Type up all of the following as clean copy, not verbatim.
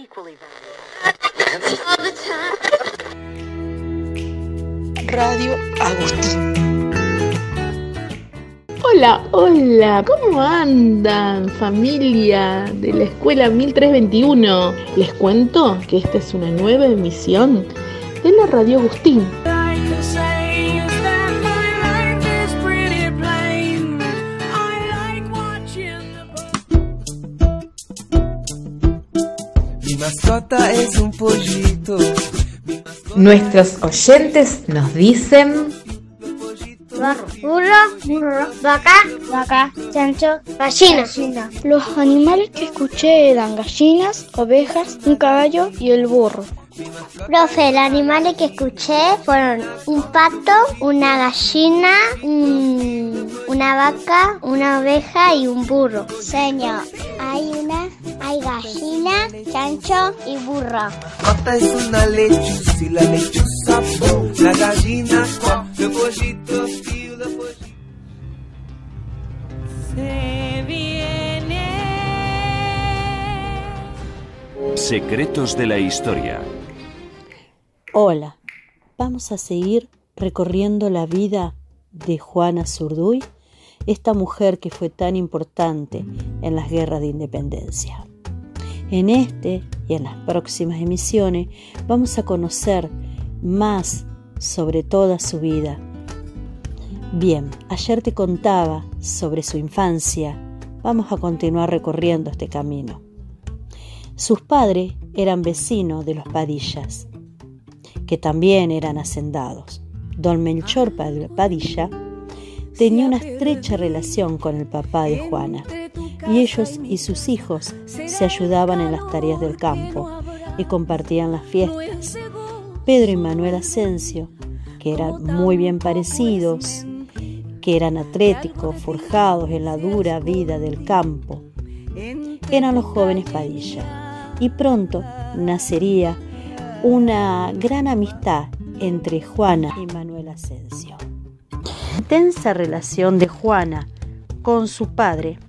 Radio Agustín. Hola, ¿cómo andan, familia de la escuela 1321? Les cuento que esta es una nueva emisión de la Radio Agustín. Mi mascota es un pollito. Nuestros oyentes nos dicen: burro, vaca, chancho, gallina. Los animales que escuché eran gallinas, ovejas, un caballo y el burro. Profe, los animales que escuché fueron un pato, una gallina, una vaca, una oveja y un burro. Señor, hay gallina, chancho y burro. Mascota es una lechuza y la lechuza, la gallina, el pollito y la pollita. Se viene. Secretos de la historia. Hola, vamos a seguir recorriendo la vida de Juana Zurduy, esta mujer que fue tan importante en las guerras de independencia. En este y en las próximas emisiones vamos a conocer más sobre toda su vida. Bien, ayer te contaba sobre su infancia, vamos a continuar recorriendo este camino. Sus padres eran vecinos de los Padillas, que también eran hacendados. Don Melchor Padilla tenía una estrecha relación con el papá de Juana, y ellos y sus hijos se ayudaban en las tareas del campo y compartían las fiestas. Pedro y Manuel Asensio, que eran muy bien parecidos, que eran atléticos, forjados en la dura vida del campo, eran los jóvenes Padilla, y pronto nacería una gran amistad entre Juana y Manuel Asensio. La intensa relación de Juana con su padre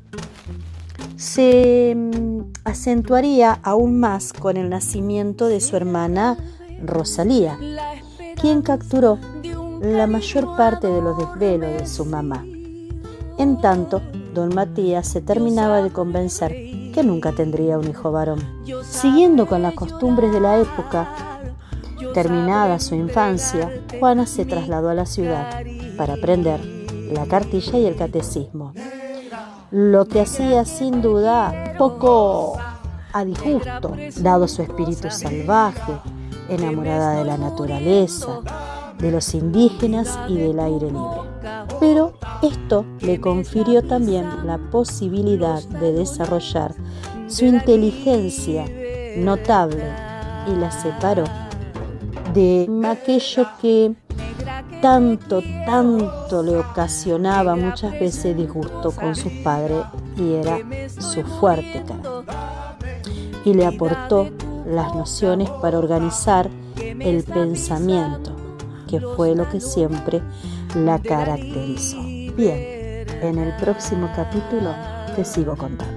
se acentuaría aún más con el nacimiento de su hermana Rosalía, quien capturó la mayor parte de los desvelos de su mamá. En tanto, don Matías se terminaba de convencer que nunca tendría un hijo varón. Siguiendo con las costumbres de la época, terminada su infancia, Juana se trasladó a la ciudad para aprender la cartilla y el catecismo, lo que hacía sin duda poco a disgusto, dado su espíritu salvaje, enamorada de la naturaleza, de los indígenas y del aire libre. Pero esto le confirió también la posibilidad de desarrollar su inteligencia notable y la separó de aquello que tanto le ocasionaba muchas veces disgusto con sus padres, y era su fuerte carácter. Y le aportó las nociones para organizar el pensamiento, que fue lo que siempre la caracterizó. Bien, en el próximo capítulo te sigo contando.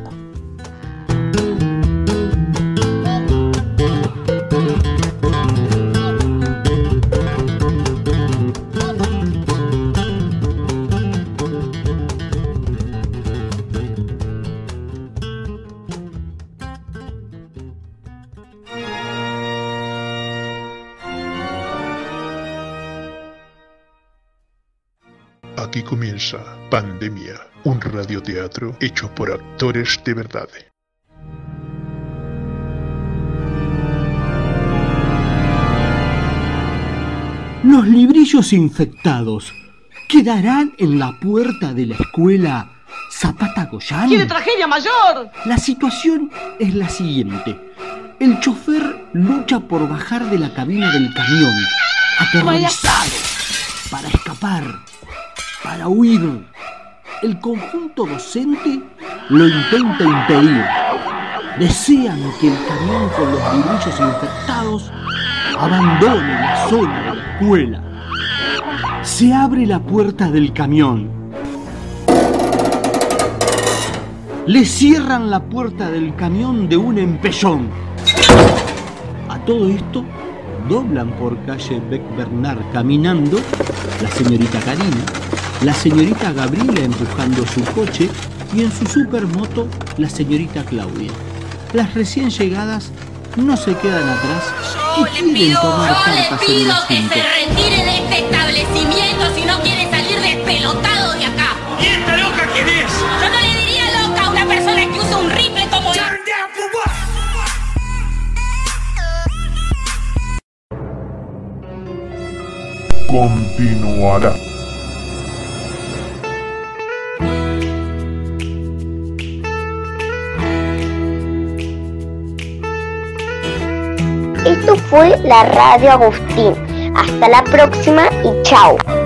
Aquí comienza Pandemia, un radioteatro hecho por actores de verdad. Los librillos infectados quedarán en la puerta de la escuela Zapata Goyán. ¡Tiene tragedia mayor! La situación es la siguiente. El chofer lucha por bajar de la cabina del camión, aterrorizado, para escapar, para huir. El conjunto docente lo intenta impedir. Desean que el camión con los librillos infectados abandone la zona de la escuela. Se abre la puerta del camión. Le cierran la puerta del camión de un empellón. A todo esto, doblan por calle Bec Bernard caminando la señorita Karina, la señorita Gabriela empujando su coche y en su supermoto la señorita Claudia. Las recién llegadas no se quedan atrás y quieren tomar cartas en el asunto. Que se retire de este establecimiento si no quiere salir despelotado de acá. ¿Y esta loca quién es? Yo no le diría loca a una persona que usa un rifle como la... Continuará. Esto fue la Radio Agustín. Hasta la próxima y chao.